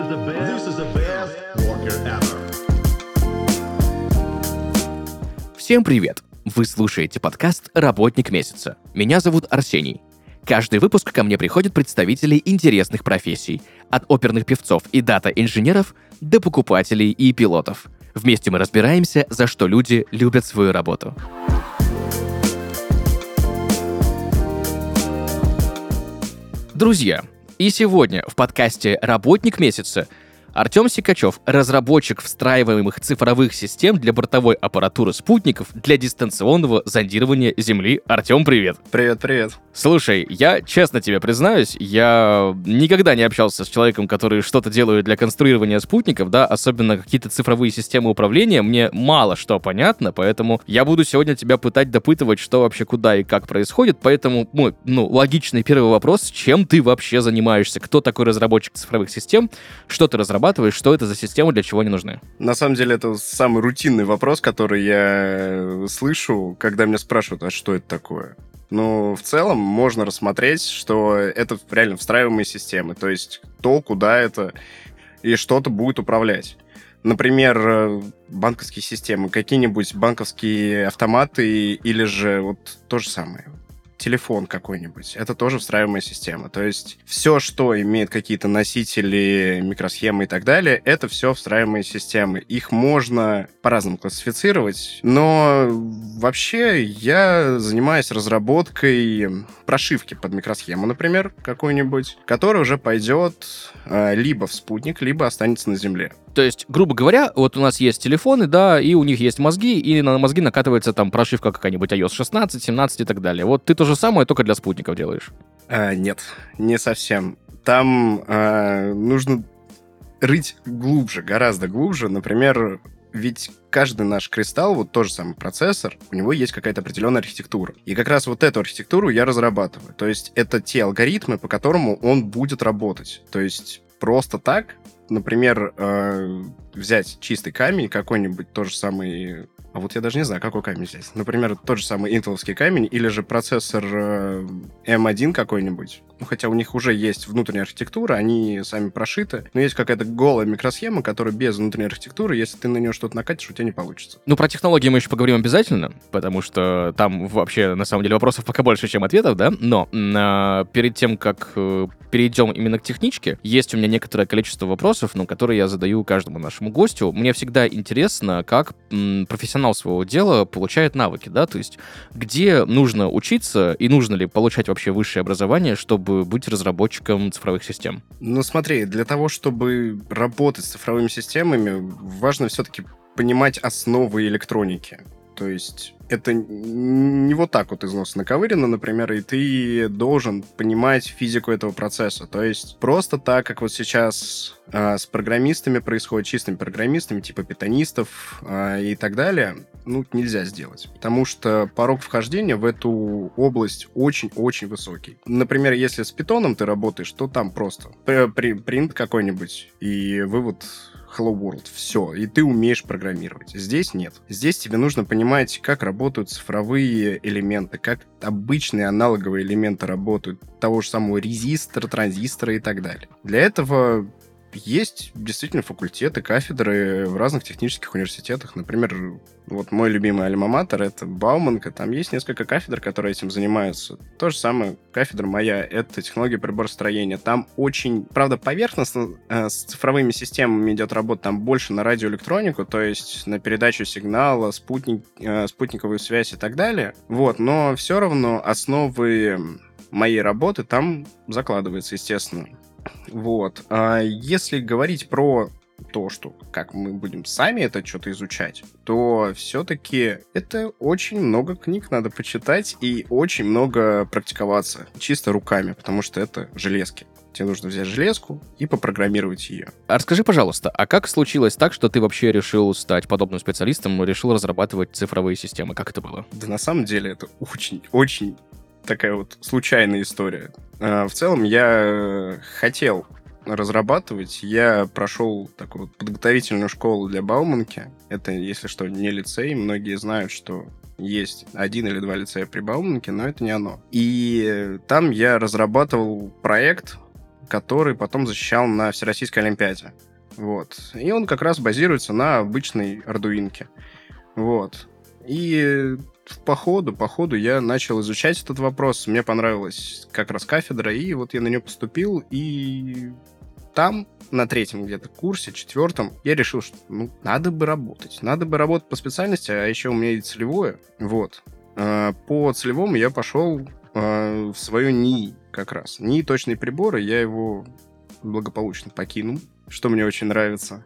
the best worker ever. Всем привет! Вы слушаете подкаст «Работник месяца». Меня зовут Арсений. Каждый выпуск ко мне приходят представители интересных профессий, от оперных певцов и дата-инженеров до покупателей и пилотов. Вместе мы разбираемся, за что люди любят свою работу. Друзья, и сегодня в подкасте «Работник месяца» Артем Сикачев, разработчик встраиваемых цифровых систем для бортовой аппаратуры спутников для дистанционного зондирования Земли. Артем, привет! Привет. Слушай, я честно тебе признаюсь, я никогда не общался с человеком, который что-то делает для конструирования спутников, да, особенно какие-то цифровые системы управления, мне мало что понятно, поэтому я буду сегодня тебя пытать допытывать, что вообще куда и как происходит, поэтому мой, логичный первый вопрос, чем ты вообще занимаешься, кто такой разработчик цифровых систем, что ты разрабатываешь, что это за системы, для чего они нужны? На самом деле, это самый рутинный вопрос, который я слышу, когда меня спрашивают, а что это такое? Ну, в целом, можно рассмотреть, что это реально встраиваемые системы, то есть то, куда это и что-то будет управлять. Например, банковские системы, какие-нибудь банковские автоматы или же вот то же самое. Телефон какой-нибудь. Это тоже встраиваемая система. То есть все, что имеет какие-то носители, микросхемы и так далее, это все встраиваемые системы. Их можно по-разному классифицировать, но вообще я занимаюсь разработкой прошивки под микросхему, например, какую-нибудь, которая уже пойдет либо в спутник, либо останется на Земле. То есть, грубо говоря, вот у нас есть телефоны, да, и у них есть мозги, и на мозги накатывается там прошивка какая-нибудь iOS 16, 17 и так далее. Вот ты то же самое, только для спутников делаешь. Нет, не совсем. Там нужно рыть глубже, гораздо глубже. Например, ведь каждый наш кристалл, вот тот же самый процессор, у него есть какая-то определенная архитектура. И как раз вот эту архитектуру я разрабатываю. То есть это те алгоритмы, по которому он будет работать. То есть просто так, например, взять чистый камень какой-нибудь, тот же самый... А вот я даже не знаю, какой камень взять. Например, тот же самый интеловский камень или же процессор M1 какой-нибудь. Ну, хотя у них уже есть внутренняя архитектура, они сами прошиты. Но есть какая-то голая микросхема, которая без внутренней архитектуры, если ты на нее что-то накатишь, у тебя не получится. Ну, про технологии мы еще поговорим обязательно, потому что там вообще, на самом деле, вопросов пока больше, чем ответов, да? Но перед тем, как перейдем именно к техничке, есть у меня некоторое количество вопросов, которые я задаю каждому нашему гостю. Мне всегда интересно, как профессионал своего дела получает навыки, да? То есть где нужно учиться и нужно ли получать вообще высшее образование, чтобы быть разработчиком цифровых систем? Ну, смотри, для того, чтобы работать с цифровыми системами, важно все-таки понимать основы электроники. То есть это не вот так вот из носа наковырено, например, и ты должен понимать физику этого процесса. То есть просто так, как вот сейчас с программистами происходит, чистыми программистами, типа питонистов и так далее, нельзя сделать. Потому что порог вхождения в эту область очень-очень высокий. Например, если с питоном ты работаешь, то там просто принт какой-нибудь и вывод Hello World. Все. И ты умеешь программировать. Здесь нет. Здесь тебе нужно понимать, как работают цифровые элементы, как обычные аналоговые элементы работают, того же самого резистора, транзистора и так далее. Для этого есть действительно факультеты, кафедры в разных технических университетах. Например, вот мой любимый альма-матер — это Бауманка. Там есть несколько кафедр, которые этим занимаются. То же самое, кафедра моя — это технология приборостроения. Там очень, правда, поверхностно с цифровыми системами идет работа, там больше на радиоэлектронику, то есть на передачу сигнала, спутниковую связь и так далее. Вот, но все равно основы моей работы там закладываются, естественно. Вот. А если говорить про то, что как мы будем сами это что-то изучать, то все-таки это очень много книг надо почитать и очень много практиковаться чисто руками, потому что это железки. Тебе нужно взять железку и попрограммировать ее. А расскажи, пожалуйста, а как случилось так, что ты вообще решил стать подобным специалистом, решил разрабатывать цифровые системы? Как это было? Да на самом деле это очень такая вот случайная история. В целом я хотел разрабатывать. Я прошел такую вот подготовительную школу для Бауманки. Это, если что, не лицей. Многие знают, что есть 1 или 2 лицея при Бауманке, но это не оно. И там я разрабатывал проект который потом защищал на Всероссийской Олимпиаде. Вот. И он как раз базируется на обычной ардуинке. Вот. И по ходу я начал изучать этот вопрос. Мне понравилась как раз кафедра, и вот я на нее поступил, и там, на 3-м где-то курсе, 4-м, я решил, что надо бы работать. Надо бы работать по специальности, а еще у меня и целевое. Вот. По целевому я пошел в свою НИИ как раз. НИИ точные приборы, я его благополучно покинул, что мне очень нравится.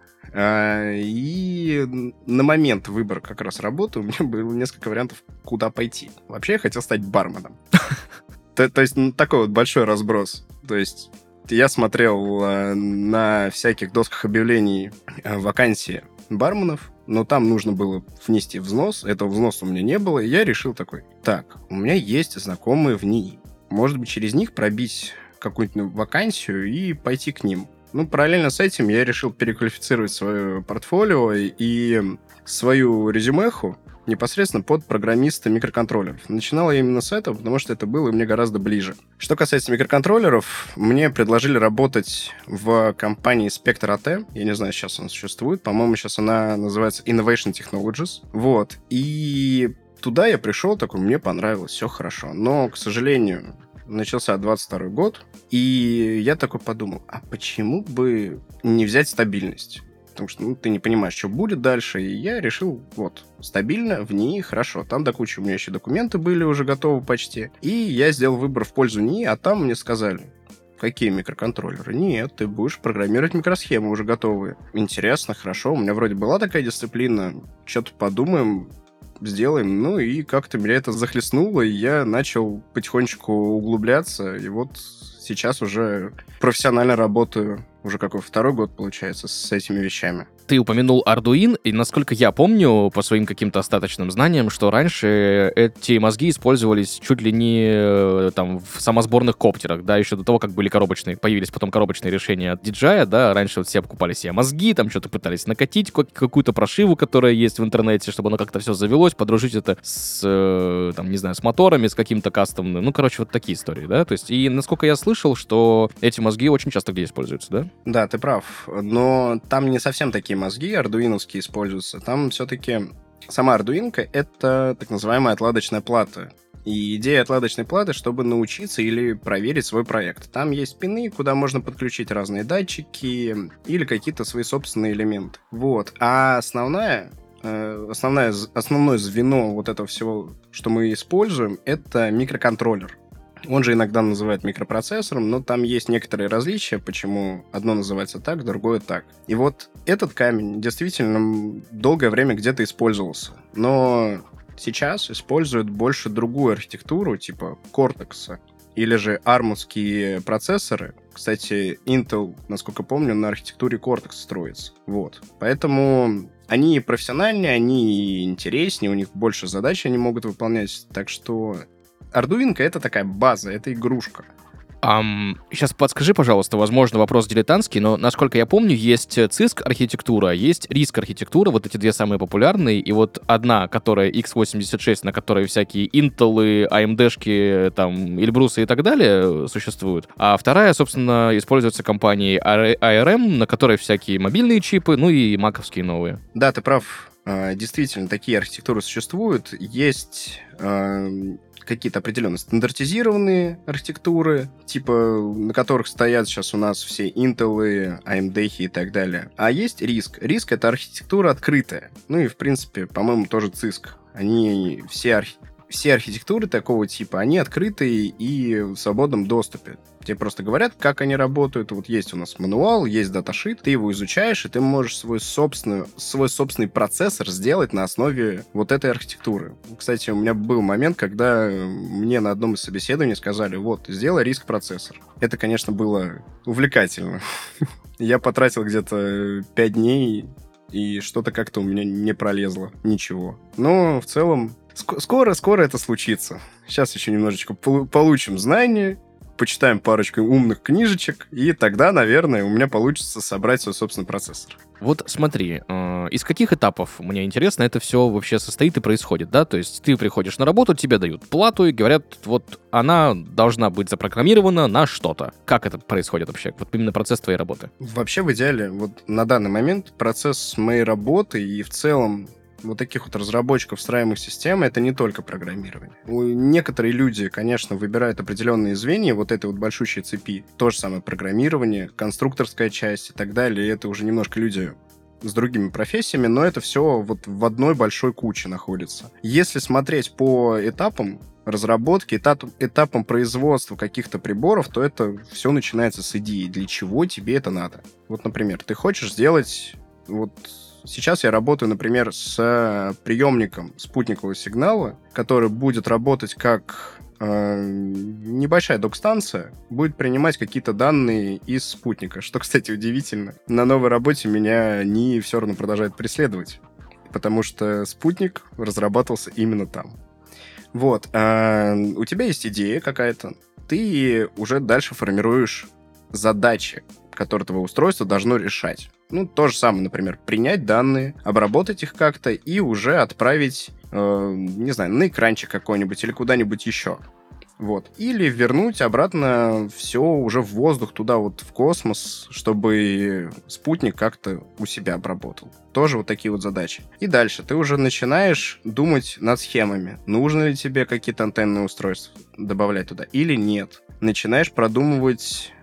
И на момент выбора как раз работы у меня было несколько вариантов, куда пойти. Вообще я хотел стать барменом. То есть такой вот большой разброс. То есть я смотрел на всяких досках объявлений вакансии барменов, но там нужно было внести взнос. Этого взноса у меня не было, и я решил такой: так, у меня есть знакомые в НИИ. Может быть, через них пробить какую-нибудь вакансию и пойти к ним. Параллельно с этим я решил переквалифицировать свое портфолио и свою резюмеху непосредственно под программиста микроконтроллеров. Начинал я именно с этого, потому что это было мне гораздо ближе. Что касается микроконтроллеров, мне предложили работать в компании Spectre AT. Я не знаю, сейчас она существует. По-моему, сейчас она называется Innovation Technologies. Вот. И туда я пришел, такой, мне понравилось, все хорошо. Но, к сожалению, начался 22 год, и я такой подумал, а почему бы не взять стабильность? Потому что ты не понимаешь, что будет дальше, и я решил, стабильно, в НИИ, хорошо. Там до кучи у меня еще документы были уже готовы почти, и я сделал выбор в пользу НИИ, а там мне сказали: какие микроконтроллеры? Нет, ты будешь программировать микросхемы уже готовые. Интересно, хорошо, у меня вроде была такая дисциплина, что-то подумаем, сделаем. И как-то меня это захлестнуло, и я начал потихонечку углубляться, и вот сейчас уже профессионально работаю, уже какой 2-й год, получается, с этими вещами. Ты упомянул Arduino, и, насколько я помню, по своим каким-то остаточным знаниям, что раньше эти мозги использовались чуть ли не там в самосборных коптерах, да, еще до того, как появились потом коробочные решения от DJI, да, раньше все покупали себе мозги, там что-то пытались накатить, какую-то прошиву, которая есть в интернете, чтобы оно как-то все завелось, подружить это с, с моторами, с каким-то кастомным, вот такие истории, да, то есть, и насколько я слышал, что эти мозги очень часто где используются, да? Да, ты прав, но там не совсем такие мозги ардуиновские используются. Там все-таки сама ардуинка — это так называемая отладочная плата. И идея отладочной платы, чтобы научиться или проверить свой проект. Там есть пины, куда можно подключить разные датчики или какие-то свои собственные элементы. Вот. А основное звено вот этого всего, что мы используем, это микроконтроллер. Он же иногда называют микропроцессором, но там есть некоторые различия, почему одно называется так, другое так. И вот этот камень действительно долгое время где-то использовался. Но сейчас используют больше другую архитектуру, типа Cortex, или же армовские процессоры. Кстати, Intel, насколько помню, на архитектуре Cortex строится. Вот. Поэтому они профессиональнее, они интереснее, у них больше задач они могут выполнять. Так что Arduino — это такая база, это игрушка. Сейчас подскажи, пожалуйста, возможно, вопрос дилетантский, но, насколько я помню, есть CISC-архитектура, есть RISC-архитектура, вот эти две самые популярные, и вот одна, которая x86, на которой всякие Intel, AMD-шки, там, Эльбрусы и так далее существуют, а вторая, собственно, используется компанией ARM, на которой всякие мобильные чипы, и маковские новые. Да, ты прав. Действительно, такие архитектуры существуют. Есть какие-то определенно стандартизированные архитектуры, типа на которых стоят сейчас у нас все Intel, AMD и так далее. А есть RISC. RISC — это архитектура открытая. И, в принципе, по-моему, тоже CISC. Они все архитектуры такого типа, они открытые и в свободном доступе. Тебе просто говорят, как они работают. Вот есть у нас мануал, есть даташит, ты его изучаешь, и ты можешь свой собственный процессор сделать на основе вот этой архитектуры. Кстати, у меня был момент, когда мне на одном из собеседований сказали: сделай RISC-процессор. Это, конечно, было увлекательно. Я потратил где-то 5 дней, и что-то как-то у меня не пролезло. Ничего. Но в целом скоро это случится. Сейчас еще немножечко получим знания, почитаем парочку умных книжечек, и тогда, наверное, у меня получится собрать свой собственный процессор. Вот смотри, из каких этапов, мне интересно, это все вообще состоит и происходит, да? То есть ты приходишь на работу, тебе дают плату и говорят, вот она должна быть запрограммирована на что-то. Как это происходит вообще? Вот именно процесс твоей работы. Вообще, в идеале, вот на данный момент процесс моей работы и в целом вот таких вот разработчиков встраиваемых систем — это не только программирование. Некоторые люди, конечно, выбирают определенные звенья вот этой вот большущей цепи. То же самое программирование, конструкторская часть и так далее. Это уже немножко люди с другими профессиями, но это все вот в одной большой куче находится. Если смотреть по этапам разработки, этапам производства каких-то приборов, то это все начинается с идеи, для чего тебе это надо. Вот, например, ты хочешь сделать... Вот сейчас я работаю, например, с приемником спутникового сигнала, который будет работать как небольшая док-станция, будет принимать какие-то данные из спутника, что, кстати, удивительно. На новой работе меня они все равно продолжают преследовать, потому что спутник разрабатывался именно там. Вот. У тебя есть идея какая-то, ты уже дальше формируешь задачи, которые твое устройство должно решать. Ну, то же самое, например, принять данные, обработать их как-то и уже отправить, не знаю, на экранчик какой-нибудь или куда-нибудь еще. Вот. Или вернуть обратно все уже в воздух, туда вот в космос, чтобы спутник как-то у себя обработал. Тоже вот такие вот задачи. И дальше ты уже начинаешь думать над схемами. Нужно ли тебе какие-то антенные устройства добавлять туда или нет. Начинаешь продумывать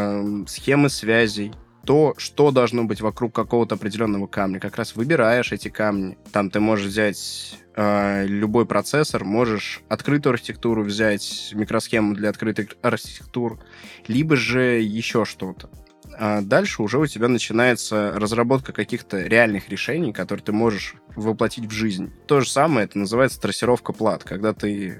схемы связей, то, что должно быть вокруг какого-то определенного камня. Как раз выбираешь эти камни. Там ты можешь взять любой процессор, можешь открытую архитектуру взять, микросхему для открытых архитектур, либо же еще что-то. А дальше уже у тебя начинается разработка каких-то реальных решений, которые ты можешь воплотить в жизнь. То же самое, это называется трассировка плат, когда ты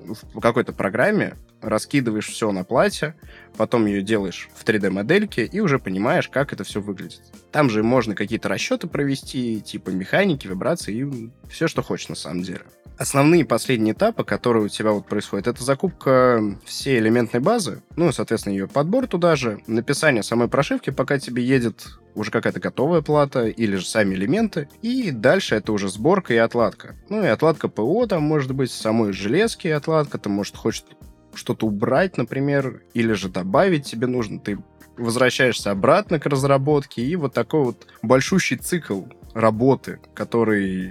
в какой-то программе раскидываешь все на плате, потом ее делаешь в 3D-модельке и уже понимаешь, как это все выглядит. Там же можно какие-то расчеты провести, типа механики, вибрации и все, что хочешь на самом деле. Основные последние этапы, которые у тебя вот происходят, это закупка всей элементной базы, ну и, соответственно, ее подбор туда же, написание самой прошивки, пока тебе едет уже какая-то готовая плата или же сами элементы, и дальше это уже сборка и отладка. Ну и отладка ПО, там может быть самой железки отладка, ты, может, хочешь что-то убрать, например, или же добавить тебе нужно, ты возвращаешься обратно к разработке, и вот такой вот большущий цикл работы, который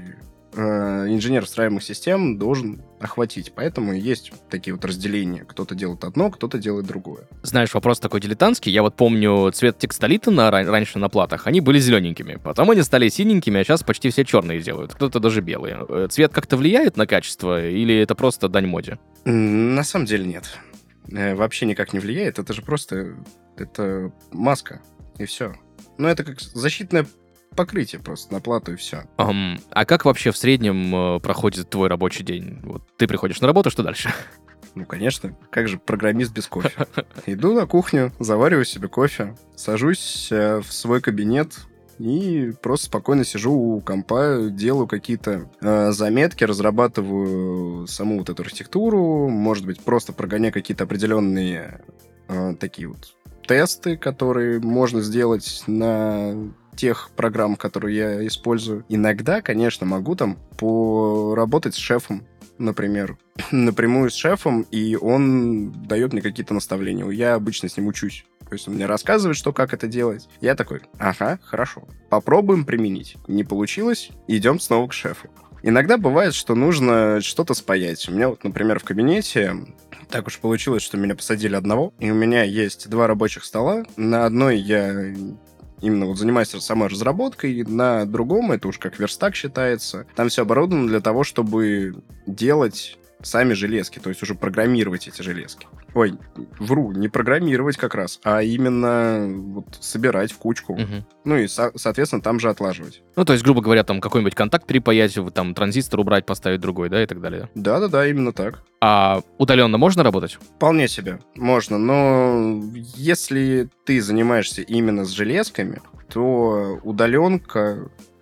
инженер встраиваемых систем должен охватить. Поэтому есть такие вот разделения. Кто-то делает одно, кто-то делает другое. Знаешь, вопрос такой дилетантский. Я вот помню цвет текстолита раньше на платах, они были зелененькими. Потом они стали синенькими, а сейчас почти все черные делают. Кто-то даже белые. Цвет как-то влияет на качество или это просто дань моде? На самом деле нет. Вообще никак не влияет. Это же просто... Это маска, и все. Ну, это как защитное покрытие просто на плату, и все. А как вообще в среднем проходит твой рабочий день? Вот ты приходишь на работу, что дальше? Ну, конечно. Как же программист без кофе? Иду на кухню, завариваю себе кофе, сажусь в свой кабинет и просто спокойно сижу у компа, делаю какие-то заметки, разрабатываю саму вот эту архитектуру, может быть, просто прогоняю какие-то определенные такие вот тесты, которые можно сделать на тех программ, которые я использую. Иногда, конечно, могу там поработать с шефом, например, напрямую с шефом, и он дает мне какие-то наставления. Я обычно с ним учусь. То есть он мне рассказывает, что, как это делать. Я такой, ага, хорошо, попробуем применить. Не получилось, идем снова к шефу. Иногда бывает, что нужно что-то спаять. У меня вот, например, в кабинете так уж получилось, что меня посадили одного, и у меня есть 2 рабочих стола. На одной я именно вот занимаюсь самой разработкой, на другом, это уж как верстак считается, там все оборудовано для того, чтобы делать сами железки, то есть уже программировать эти железки. Ой, вру, не программировать как раз, а именно вот собирать в кучку. Угу. Ну и, соответственно, там же отлаживать. Ну, то есть, грубо говоря, там какой-нибудь контакт перепаять, там транзистор убрать, поставить другой, да, и так далее. Да-да-да, именно так. А удаленно можно работать? Вполне себе, можно, но если ты занимаешься именно с железками, то удаленка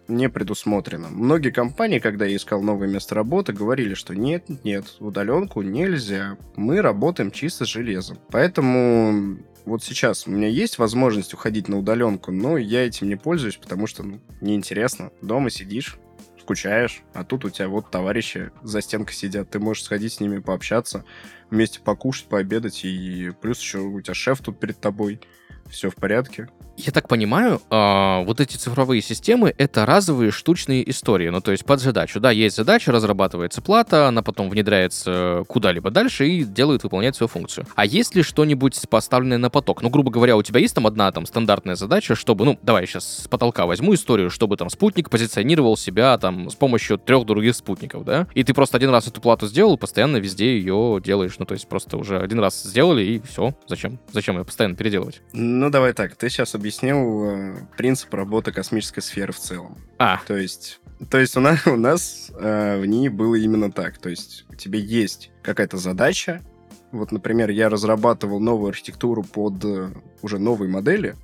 не предусмотрено. Многие компании, когда я искал новое место работы, говорили, что нет, удаленку нельзя. Мы работаем чисто с железом. Поэтому вот сейчас у меня есть возможность уходить на удаленку, но я этим не пользуюсь, потому что неинтересно. Дома сидишь, скучаешь, а тут у тебя вот товарищи за стенкой сидят. Ты можешь сходить с ними пообщаться, вместе покушать, пообедать, и плюс еще у тебя шеф тут перед тобой. Все в порядке. Я так понимаю, вот эти цифровые системы — это разовые штучные истории, ну, то есть под задачу. Да, есть задача, разрабатывается плата, она потом внедряется куда-либо дальше и выполняет свою функцию. А есть ли что-нибудь поставленное на поток? Ну, грубо говоря, у тебя есть там одна стандартная задача, чтобы, давай я сейчас с потолка возьму историю, чтобы там спутник позиционировал себя там с помощью 3 других спутников, да? И ты просто один раз эту плату сделал, постоянно везде ее делаешь. Ну, то есть просто уже один раз сделали, и все. Зачем? Зачем ее постоянно переделывать? Ну, давай так, ты сейчас объяснил принцип работы космической сферы в целом. То есть у нас в ней было именно так. То есть у тебя есть какая-то задача. Вот, например, я разрабатывал новую архитектуру под уже новые модели.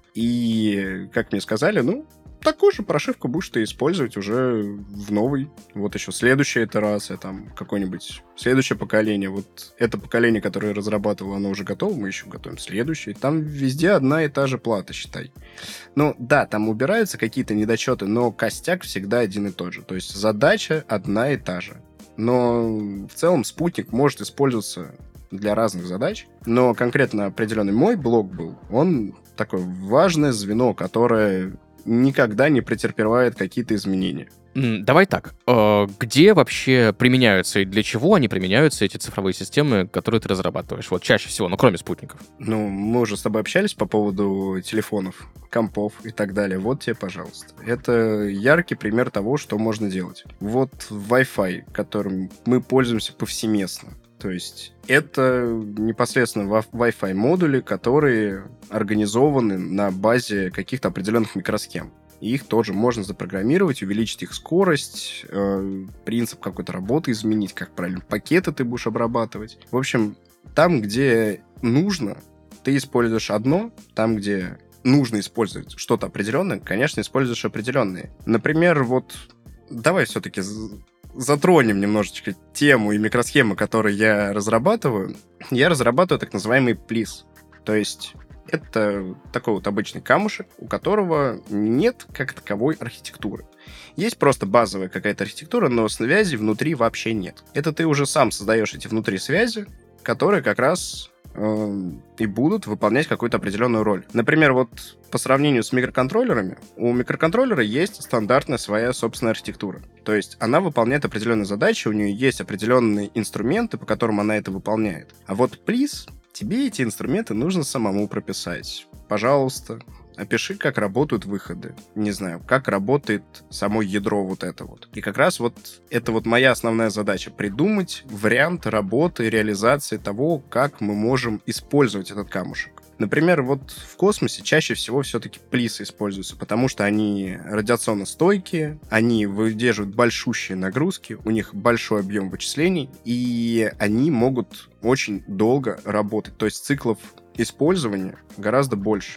И, как мне сказали, такую же прошивку будешь ты использовать уже в новой. Вот еще следующая итерация, там, какое-нибудь следующее поколение. Вот это поколение, которое я разрабатывал, оно уже готово, мы еще готовим следующее. Там везде одна и та же плата, считай. Да, там убираются какие-то недочеты, но костяк всегда один и тот же. То есть задача одна и та же. Но в целом спутник может использоваться для разных задач. Но конкретно определенный мой блок был, он такое важное звено, которое никогда не претерпевает какие-то изменения. Давай так. Где вообще применяются и для чего они применяются, эти цифровые системы, которые ты разрабатываешь? Вот чаще всего, кроме спутников. Мы уже с тобой общались по поводу телефонов, компов и так далее. Вот тебе, пожалуйста. Это яркий пример того, что можно делать. Вот Wi-Fi, которым мы пользуемся повсеместно. То есть это непосредственно Wi-Fi модули, которые организованы на базе каких-то определенных микросхем. И их тоже можно запрограммировать, увеличить их скорость, принцип какой-то работы изменить, как правильно пакеты ты будешь обрабатывать. В общем, там, где нужно, ты используешь одно, там, где нужно использовать что-то определенное, конечно, используешь определенные. Например, давай все-таки затронем немножечко тему и микросхемы, которые я разрабатываю. Я разрабатываю так называемый плис. То есть это такой вот обычный камушек, у которого нет как таковой архитектуры. Есть просто базовая какая-то архитектура, но связи внутри вообще нет. Это ты уже сам создаешь эти внутри связи, которые как раз и будут выполнять какую-то определенную роль. Например, по сравнению с микроконтроллерами, у микроконтроллера есть стандартная своя собственная архитектура. То есть она выполняет определенные задачи, у нее есть определенные инструменты, по которым она это выполняет. А вот плиз, тебе эти инструменты нужно самому прописать. Пожалуйста, опиши, как работают выходы. Не знаю, как работает само ядро вот это вот. И как раз это моя основная задача. Придумать вариант работы, реализации того, как мы можем использовать этот камушек. Например, в космосе чаще всего все-таки плисы используются, потому что они радиационно стойкие, они выдерживают большущие нагрузки, у них большой объем вычислений, и они могут очень долго работать. То есть циклов использования гораздо больше.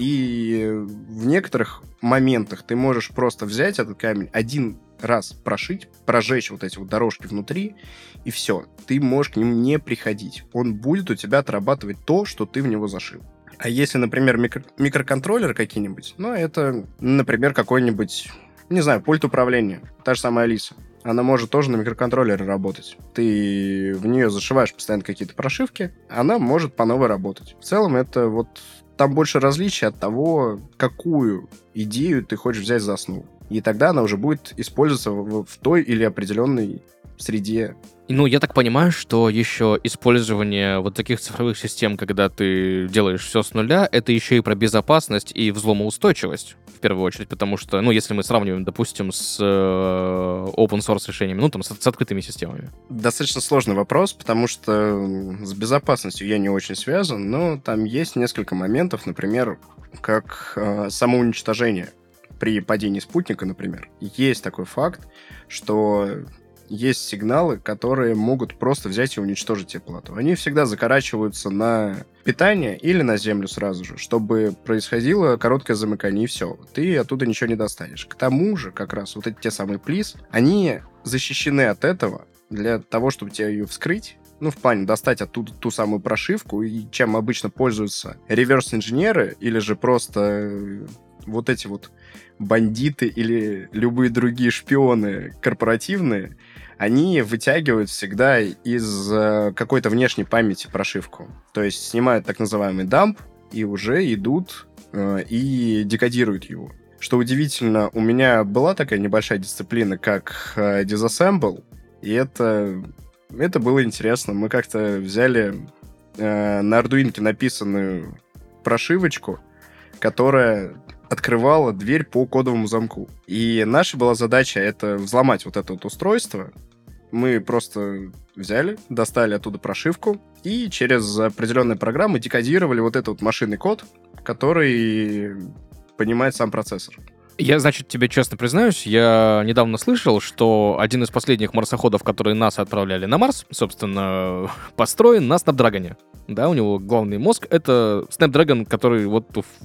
И в некоторых моментах ты можешь просто взять этот камень, один раз прошить, прожечь вот эти вот дорожки внутри, и все. Ты можешь к нему не приходить. Он будет у тебя отрабатывать то, что ты в него зашил. А если, например, микроконтроллеры какие-нибудь, это, например, какой-нибудь, не знаю, пульт управления, та же самая Алиса. Она может тоже на микроконтроллере работать. Ты в нее зашиваешь постоянно какие-то прошивки, она может по новой работать. В целом это там больше различий от того, какую идею ты хочешь взять за основу. И тогда она уже будет использоваться в той или определенной среде. Я так понимаю, что еще использование таких цифровых систем, когда ты делаешь все с нуля, это еще и про безопасность и взломоустойчивость, в первую очередь, потому что, если мы сравниваем, допустим, с open-source решениями, с открытыми системами. Достаточно сложный вопрос, потому что с безопасностью я не очень связан, но там есть несколько моментов, например, как самоуничтожение при падении спутника, например. Есть такой факт, что есть сигналы, которые могут просто взять и уничтожить тебе плату. Они всегда закорачиваются на питание или на землю сразу же, чтобы происходило короткое замыкание, и все. Ты оттуда ничего не достанешь. К тому же, как раз вот эти те самые плиз, они защищены от этого для того, чтобы тебе ее вскрыть. Ну, в плане достать оттуда ту самую прошивку, и чем обычно пользуются реверс-инженеры или же просто вот эти вот бандиты или любые другие шпионы корпоративные, они вытягивают всегда из какой-то внешней памяти прошивку. То есть снимают так называемый дамп и уже идут и декодируют его. Что удивительно, у меня была такая небольшая дисциплина, как Disassemble, и это было интересно. Мы как-то взяли на Arduino написанную прошивочку, которая открывала дверь по кодовому замку. И наша была задача это взломать вот это вот устройство. Мы просто взяли, достали оттуда прошивку и через определенные программы декодировали вот этот вот машинный код, который понимает сам процессор. Я, значит, тебе честно признаюсь, я недавно слышал, что один из последних марсоходов, которые НАСА отправляли на Марс, собственно, построен на Snapdragon. Да, у него главный мозг — это Snapdragon, который вот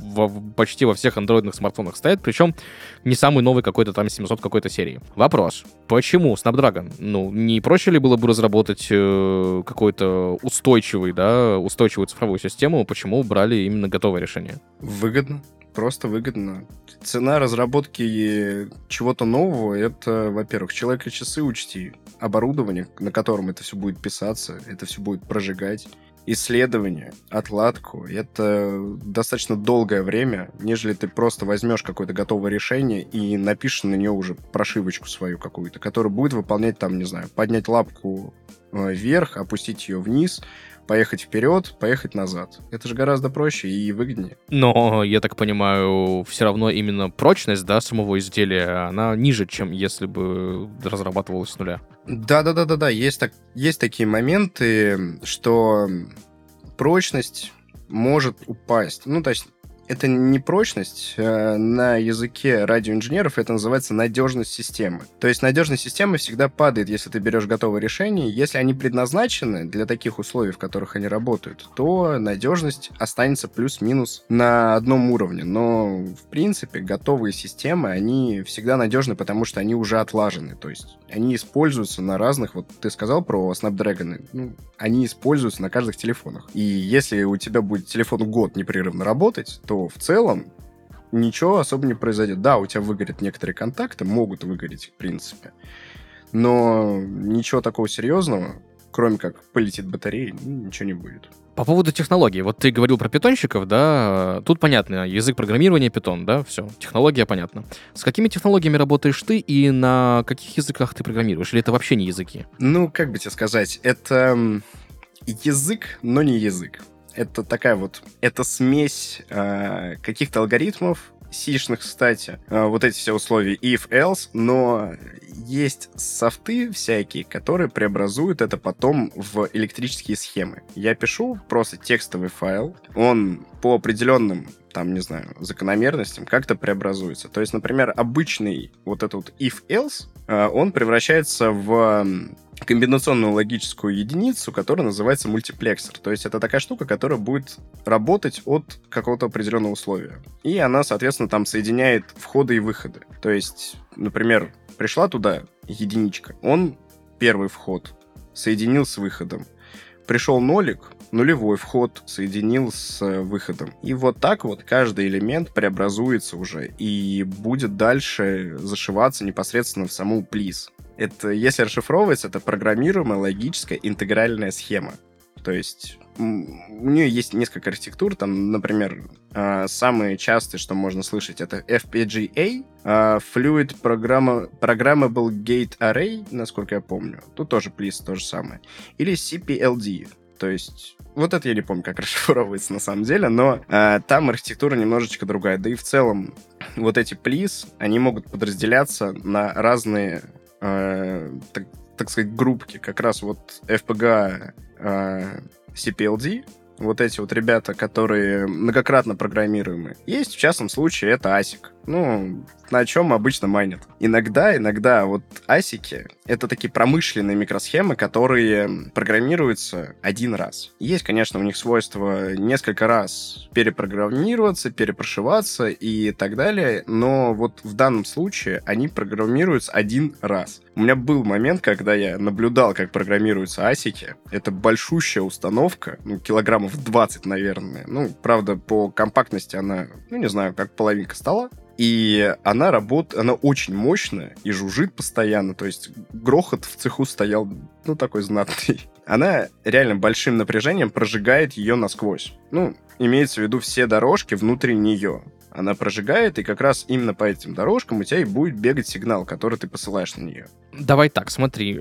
почти во всех андроидных смартфонах стоит, причем не самый новый какой-то там 700 какой-то серии. Вопрос. Почему Snapdragon? Ну, не проще ли было бы разработать какой-то устойчивую цифровую систему? Почему брали именно готовое решение? Выгодно. Просто выгодно. Цена разработки чего-то нового — это, во-первых, человек и часы учти, оборудование, на котором это все будет писаться, это все будет прожигать, исследование, отладку — это достаточно долгое время, нежели ты просто возьмешь какое-то готовое решение и напишешь на нее уже прошивочку свою какую-то, которая будет выполнять там, не знаю, поднять лапку вверх, опустить ее вниз, поехать вперед, поехать назад. Это же гораздо проще и выгоднее. Но, я так понимаю, все равно именно прочность, да, самого изделия, она ниже, чем если бы разрабатывалась с нуля. Да, есть такие моменты, что прочность может упасть. Ну, то есть это не прочность. На языке радиоинженеров это называется надежность системы. То есть надежность системы всегда падает, если ты берешь готовое решение. Если они предназначены для таких условий, в которых они работают, то надежность останется плюс-минус на одном уровне. Но, в принципе, готовые системы, они всегда надежны, потому что они уже отлажены. То есть они используются на разных... Вот ты сказал про Snapdragon. Ну, они используются на каждых телефонах. И если у тебя будет телефон год непрерывно работать, то в целом ничего особо не произойдет. Да, у тебя выгорят некоторые контакты, могут выгореть, в принципе, но ничего такого серьезного, кроме как полетит батарея, ничего не будет. По поводу технологий. Вот ты говорил про питонщиков, да? Тут понятно, язык программирования питон, да? Все, технология понятна. С какими технологиями работаешь ты и на каких языках ты программируешь? Или это вообще не языки? Ну, как бы тебе сказать, это язык, но не язык. Это такая вот, это смесь каких-то алгоритмов, сишных, кстати, вот эти все условия if, else, но есть софты всякие, которые преобразуют это потом в электрические схемы. Я пишу просто текстовый файл, он по определенным, там, не знаю, закономерностям как-то преобразуется. То есть, например, обычный вот этот вот if, else, он превращается в комбинационную логическую единицу, которая называется мультиплексор. То есть это такая штука, которая будет работать от какого-то определенного условия. И она, соответственно, там соединяет входы и выходы. То есть, например, пришла туда единичка, он первый вход соединил с выходом. Пришел нолик, нулевой вход соединил с выходом. И вот так вот каждый элемент преобразуется уже и будет дальше зашиваться непосредственно в саму плиз. Это, если расшифровывается, это программируемая логическая интегральная схема. То есть у нее есть несколько архитектур. Там, например, самые частые, что можно слышать, это FPGA, Fluid Programmable Gate Array, насколько я помню. Тут тоже плиз то же самое. Или CPLD. То есть вот это я не помню, как расшифровывается на самом деле, но там архитектура немножечко другая. Да и в целом вот эти плиз, они могут подразделяться на разные... так сказать, группки, как раз вот FPGA, CPLD, вот эти вот ребята, которые многократно программируемые. Есть, в частном случае, это ASIC. Ну, на чем обычно майнят. Иногда вот асики — это такие промышленные микросхемы, которые программируются один раз. Есть, конечно, у них свойство несколько раз перепрограммироваться, перепрошиваться и так далее, но вот в данном случае они программируются один раз. У меня был момент, когда я наблюдал, как программируются асики. Это большущая установка, килограммов 20, наверное. Правда, по компактности она, не знаю, как половинка стола. И она очень мощная и жужжит постоянно. То есть грохот в цеху стоял, такой знатный. Она реально большим напряжением прожигает ее насквозь. Имеется в виду все дорожки внутри нее. Она прожигает, и как раз именно по этим дорожкам у тебя и будет бегать сигнал, который ты посылаешь на нее. Давай так, смотри.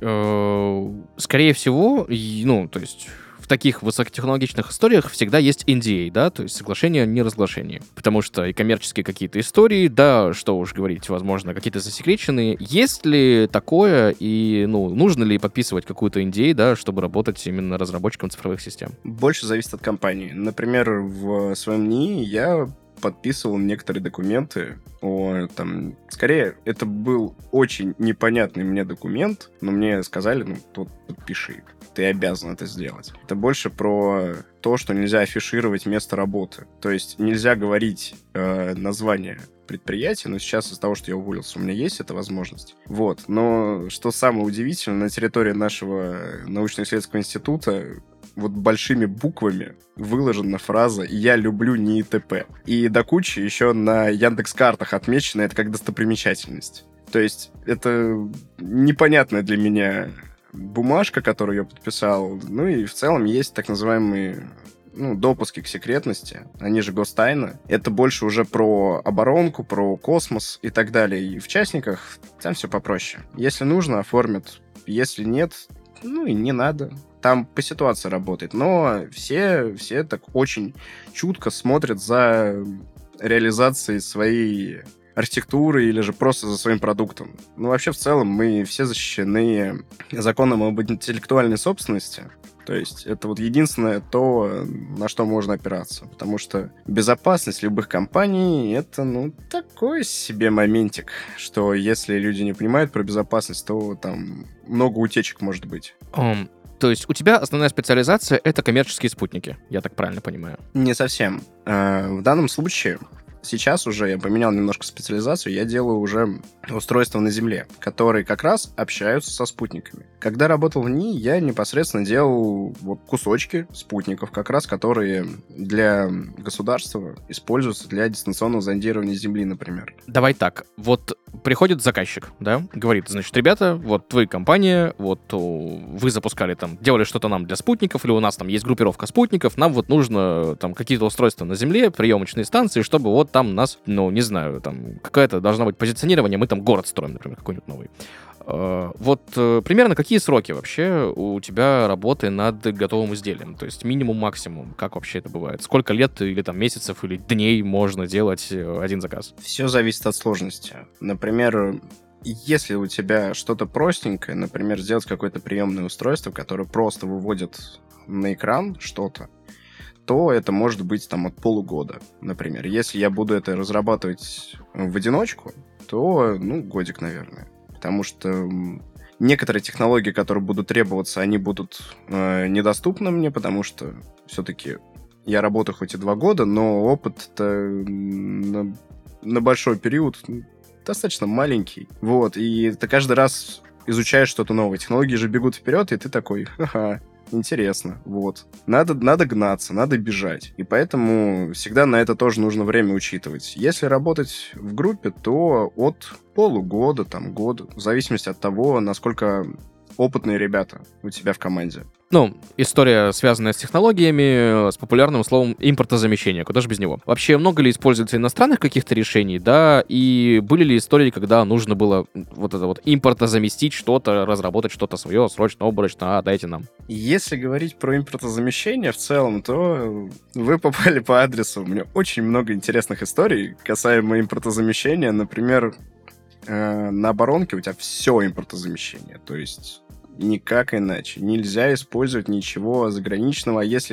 Скорее всего, то есть в таких высокотехнологичных историях всегда есть NDA, да, то есть соглашение о неразглашении. Потому что и коммерческие какие-то истории, да, что уж говорить, возможно, какие-то засекреченные. Есть ли такое и, нужно ли подписывать какую-то NDA, да, чтобы работать именно разработчиком цифровых систем? Больше зависит от компании. Например, в своем НИИ я подписывал некоторые документы скорее, это был очень непонятный мне документ, но мне сказали, тут подпиши, ты обязан это сделать. Это больше про то, что нельзя афишировать место работы. То есть нельзя говорить название предприятия, но сейчас из-за того, что я уволился, у меня есть эта возможность. Вот. Но что самое удивительное, на территории нашего научно-исследовательского института вот большими буквами выложена фраза «Я люблю НИИ-ТП». И до кучи еще на Яндекс.Картах отмечено это как достопримечательность. То есть это непонятная для меня бумажка, которую я подписал. И в целом есть так называемые допуски к секретности, они же гостайна. Это больше уже про оборонку, про космос и так далее. И в частниках там все попроще. Если нужно, оформят. Если нет, и не надо. Там по ситуации работает. Но все так очень чутко смотрят за реализацией своей архитектуры или же просто за своим продуктом. Вообще, в целом, мы все защищены законом об интеллектуальной собственности. То есть это вот единственное то, на что можно опираться. Потому что безопасность любых компаний — это, такой себе моментик, что если люди не понимают про безопасность, то там много утечек может быть. То есть у тебя основная специализация — это коммерческие спутники, я так правильно понимаю? Не совсем. В данном случае сейчас уже я поменял немножко специализацию, я делаю уже устройства на Земле, которые как раз общаются со спутниками. Когда работал в НИИ, я непосредственно делал кусочки спутников, как раз которые для государства используются для дистанционного зондирования Земли, например. Давай так, приходит заказчик, да, говорит, значит, ребята, вы компания, вы запускали делали что-то нам для спутников, или у нас есть группировка спутников, нам нужно какие-то устройства на Земле, приемочные станции, чтобы там нас, не знаю, какое-то должно быть позиционирование, мы город строим, например, какой-нибудь новый. Примерно какие сроки вообще у тебя работы над готовым изделием? То есть минимум, максимум, как вообще это бывает? Сколько лет или месяцев или дней можно делать один заказ? Все зависит от сложности. Например, если у тебя что-то простенькое, например, сделать какое-то приемное устройство, которое просто выводит на экран что-то, то это может быть от полугода, например. Если я буду это разрабатывать в одиночку, то, годик, наверное. Потому что некоторые технологии, которые будут требоваться, они будут недоступны мне, потому что все-таки я работаю хоть и 2 года, но опыт-то на большой период достаточно маленький. И ты каждый раз изучаешь что-то новое. Технологии же бегут вперед, и ты такой, ха-ха, интересно, Надо гнаться, надо бежать. И поэтому всегда на это тоже нужно время учитывать. Если работать в группе, то от полугода, года, в зависимости от того, насколько опытные ребята у тебя в команде. История, связанная с технологиями, с популярным словом импортозамещение. Куда же без него? Вообще, много ли используется иностранных каких-то решений, да? И были ли истории, когда нужно было импортозаместить что-то, разработать что-то свое, срочно, оборочно, дайте нам? Если говорить про импортозамещение в целом, то вы попали по адресу. У меня очень много интересных историй касаемо импортозамещения. Например, на оборонке у тебя все импортозамещение. То есть никак иначе. Нельзя использовать ничего заграничного. А если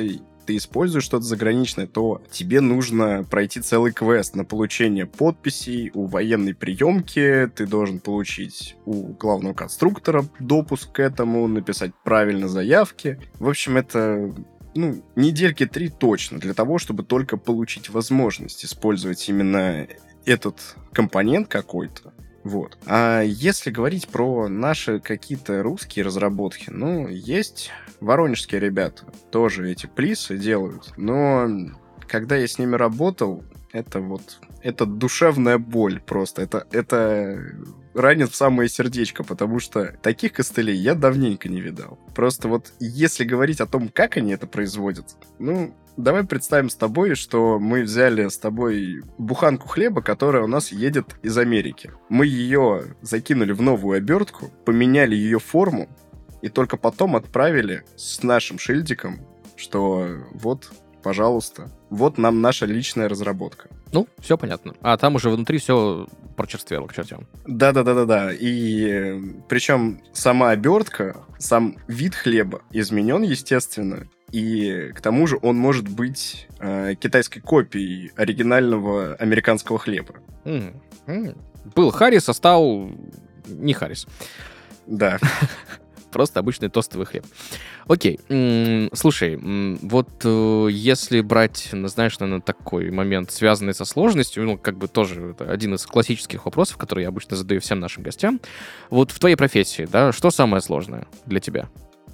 ты используешь что-то заграничное, то тебе нужно пройти целый квест на получение подписей у военной приемки, ты должен получить у главного конструктора допуск к этому, написать правильно заявки. В общем, это... недельки 3 точно, для того, чтобы только получить возможность использовать именно этот компонент какой-то. Вот. А если говорить про наши какие-то русские разработки, есть воронежские ребята, тоже эти плисы делают, но когда я с ними работал, это душевная боль просто, это ранит в самое сердечко, потому что таких костылей я давненько не видал. Просто если говорить о том, как они это производят, давай представим с тобой, что мы взяли с тобой буханку хлеба, которая у нас едет из Америки. Мы ее закинули в новую обертку, поменяли ее форму, и только потом отправили с нашим шильдиком, что пожалуйста, нам наша личная разработка. Все понятно. А там уже внутри все прочерствело к чертям. Да. И причем сама обертка, сам вид хлеба изменен, естественно. И к тому же он может быть китайской копией оригинального американского хлеба. Был Харрис, а стал не Харрис. Да. Просто обычный тостовый хлеб. Окей. Слушай, если брать, знаешь, наверное, такой момент, связанный со сложностью, тоже это один из классических вопросов, которые я обычно задаю всем нашим гостям. В твоей профессии, да, что самое сложное для тебя?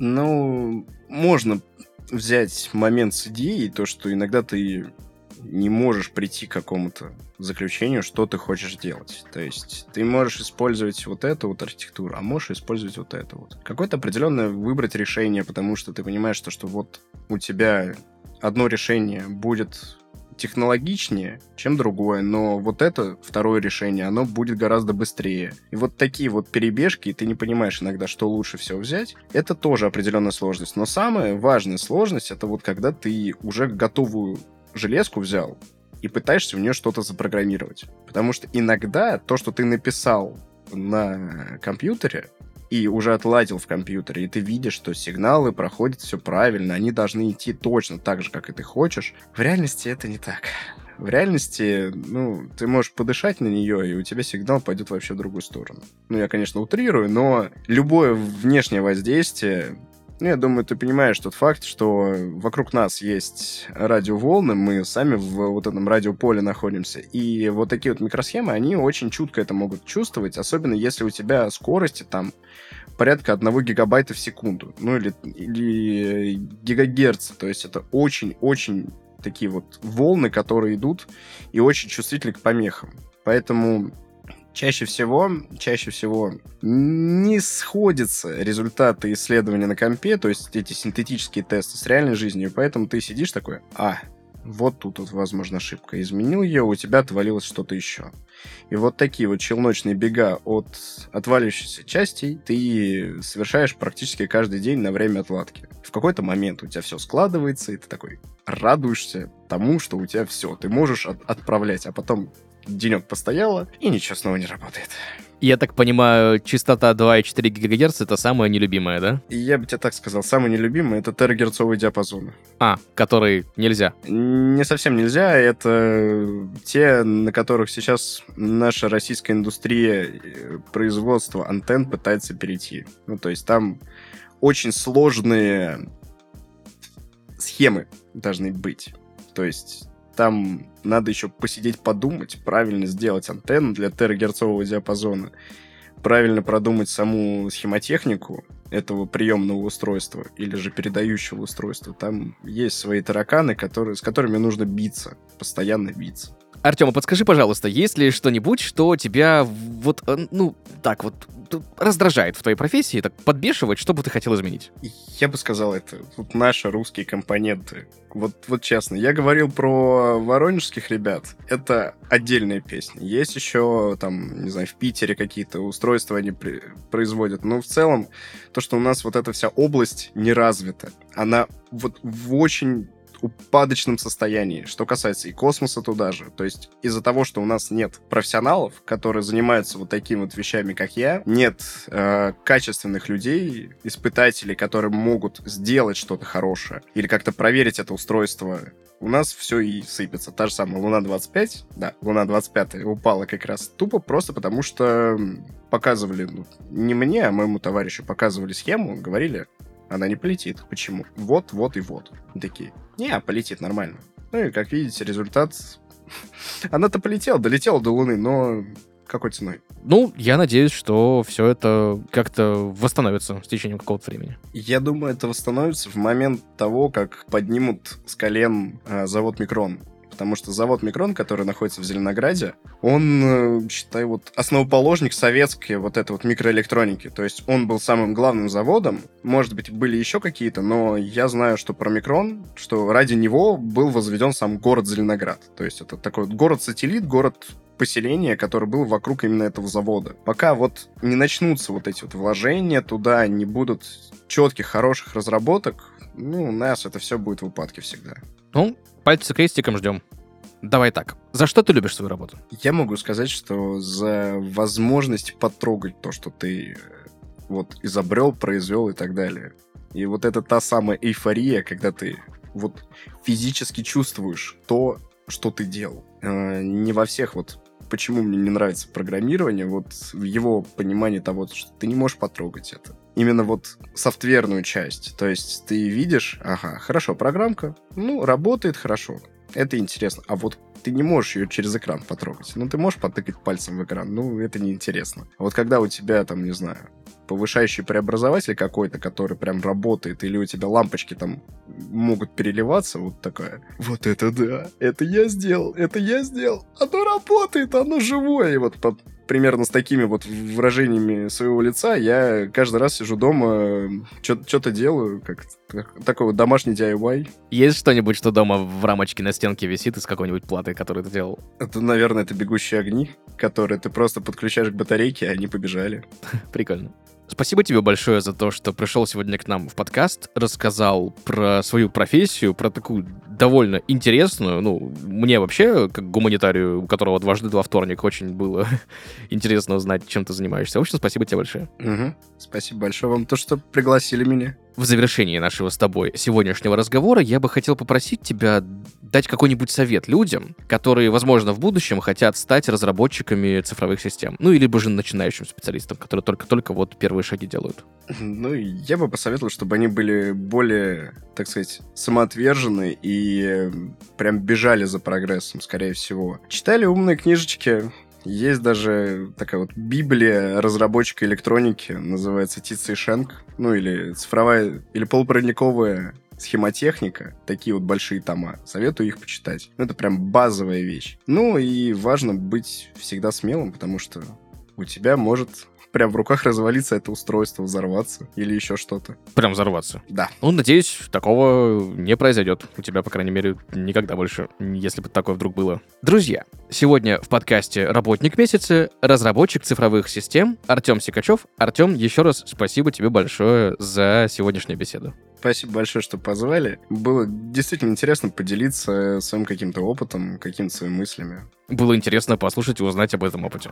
Можно взять момент с идеей, то, что иногда ты не можешь прийти к какому-то заключению, что ты хочешь делать. То есть ты можешь использовать эту архитектуру, а можешь использовать это. Какое-то определенное выбрать решение, потому что ты понимаешь, что у тебя одно решение будет технологичнее, чем другое, но это второе решение, оно будет гораздо быстрее. И такие перебежки, и ты не понимаешь иногда, что лучше всего взять, это тоже определенная сложность. Но самая важная сложность, это когда ты уже готовую железку взял и пытаешься в нее что-то запрограммировать. Потому что иногда то, что ты написал на компьютере и уже отладил в компьютере, и ты видишь, что сигналы проходят все правильно, они должны идти точно так же, как и ты хочешь, в реальности это не так. В реальности, ты можешь подышать на нее, и у тебя сигнал пойдет вообще в другую сторону. Я, конечно, утрирую, но любое внешнее воздействие... я думаю, ты понимаешь тот факт, что вокруг нас есть радиоволны, мы сами в этом радиополе находимся, и такие микросхемы, они очень чутко это могут чувствовать, особенно если у тебя скорости там порядка 1 гигабайта в секунду, или гигагерца, то есть это очень-очень такие волны, которые идут и очень чувствительны к помехам. Поэтому... Чаще всего не сходятся результаты исследования на компе, то есть эти синтетические тесты с реальной жизнью, поэтому ты сидишь такой, тут возможно, ошибка. Изменил ее, у тебя отвалилось что-то еще. И такие челночные бега от отваливающихся частей ты совершаешь практически каждый день на время отладки. В какой-то момент у тебя все складывается, и ты такой радуешься тому, что у тебя все. Ты можешь отправлять, а потом денек постояло, и ничего снова не работает. Я так понимаю, частота 2,4 ГГц — это самая нелюбимая, да? Я бы тебе так сказал, самый нелюбимый — это терагерцовый диапазон. Который нельзя. Не совсем нельзя, это те, на которых сейчас наша российская индустрия производства антенн пытается перейти. То есть там очень сложные схемы должны быть. То есть там надо еще посидеть, подумать, правильно сделать антенну для терагерцового диапазона, правильно продумать саму схемотехнику этого приемного устройства или же передающего устройства. Там есть свои тараканы, с которыми нужно биться, постоянно биться. Артем, подскажи, пожалуйста, есть ли что-нибудь, что тебя раздражает в твоей профессии, так подбешивает, что бы ты хотел изменить? Я бы сказал, это наши русские компоненты. Честно, я говорил про воронежских ребят. Это отдельная песня. Есть еще, в Питере какие-то устройства они производят. Но в целом, то, что у нас эта вся область не развита, она в очень упадочном состоянии. Что касается и космоса туда же. То есть из-за того, что у нас нет профессионалов, которые занимаются вот такими вот вещами, как я, нет качественных людей, испытателей, которые могут сделать что-то хорошее или как-то проверить это устройство, у нас все и сыпется. Та же самая Луна-25, да, Луна-25 упала как раз тупо просто потому, что показывали, не мне, а моему товарищу показывали схему, говорили, она не полетит. Почему? Вот, вот и вот. И такие, не, полетит нормально. Ну и, как видите, результат... Она-то полетела, долетела до Луны, но какой ценой? Ну, я надеюсь, что все это как-то восстановится с течением какого-то времени. Я думаю, это восстановится в момент того, как поднимут с колен завод «Микрон». Потому что завод «Микрон», который находится в Зеленограде, он, считай, вот основоположник советской вот этой вот микроэлектроники. То есть он был самым главным заводом. Может быть, были еще какие-то, но я знаю, что про «Микрон», что ради него был возведен сам город Зеленоград. То есть это такой вот город-сателлит, город-поселение, которое было вокруг именно этого завода. Пока вот не начнутся вот эти вот вложения туда, не будут четких, хороших разработок, у нас это все будет в упадке всегда. Ну, пальцы крестиком ждем. Давай так. За что ты любишь свою работу? Я могу сказать, что за возможность потрогать то, что ты вот изобрел, произвел и так далее. И вот это та самая эйфория, когда ты вот физически чувствуешь то, что ты делал. Не во всех вот... Почему мне не нравится программирование, вот в его понимании того, что ты не можешь потрогать это. Именно вот софтверную часть. То есть ты видишь, ага, хорошо, программка, работает хорошо. Это интересно. А вот ты не можешь ее через экран потрогать. Ты можешь потыкать пальцем в экран, это неинтересно. А вот когда у тебя, там, не знаю, повышающий преобразователь какой-то, который прям работает, или у тебя лампочки там могут переливаться, вот такая. Вот это да, это я сделал, оно работает, оно живое. И вот примерно с такими вот выражениями своего лица я каждый раз сижу дома, что-то делаю, как такой вот домашний DIY. Есть что-нибудь, что дома в рамочке на стенке висит из какой-нибудь платы, которую ты делал? Это, наверное, это бегущие огни, которые ты просто подключаешь к батарейке, и они побежали. Прикольно. Спасибо тебе большое за то, что пришел сегодня к нам в подкаст, рассказал про свою профессию, про такую довольно интересную, мне вообще, как гуманитарию, у которого дважды два вторник, очень было интересно узнать, чем ты занимаешься. В общем, спасибо тебе большое. Спасибо большое вам, то, что пригласили меня. В завершении нашего с тобой сегодняшнего разговора я бы хотел попросить тебя дать какой-нибудь совет людям, которые, возможно, в будущем хотят стать разработчиками цифровых систем. Или же начинающим специалистам, которые только-только вот первые шаги делают. Я бы посоветовал, чтобы они были более, так сказать, самоотвержены и прям бежали за прогрессом, скорее всего. Читали умные книжечки. Есть даже такая вот библия разработчика электроники, называется Ти Цзэйшэнг, или цифровая, или полупроводниковая схемотехника, такие вот большие тома. Советую их почитать. Это прям базовая вещь. И важно быть всегда смелым, потому что у тебя может прям в руках развалиться это устройство, взорваться или еще что-то. Прям взорваться? Да. Надеюсь, такого не произойдет. У тебя, по крайней мере, никогда больше, если бы такое вдруг было. Друзья, сегодня в подкасте «Работник месяца» разработчик цифровых систем Артем Сикачев. Артем, еще раз спасибо тебе большое за сегодняшнюю беседу. Спасибо большое, что позвали. Было действительно интересно поделиться своим каким-то опытом, какими-то своими мыслями. Было интересно послушать и узнать об этом опыте.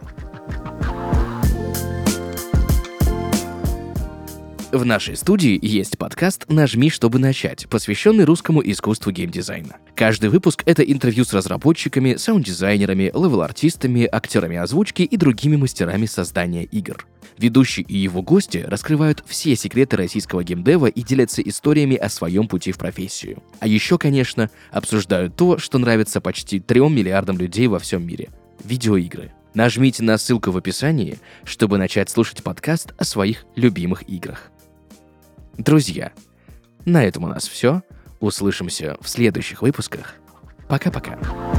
В нашей студии есть подкаст «Нажми, чтобы начать», посвященный русскому искусству геймдизайна. Каждый выпуск — это интервью с разработчиками, саунд-дизайнерами, левел-артистами, актерами озвучки и другими мастерами создания игр. Ведущий и его гости раскрывают все секреты российского геймдева и делятся историями о своем пути в профессию. А еще, конечно, обсуждают то, что нравится почти 3 миллиардам людей во всем мире — видеоигры. Нажмите на ссылку в описании, чтобы начать слушать подкаст о своих любимых играх. Друзья, на этом у нас все. Услышимся в следующих выпусках. Пока-пока.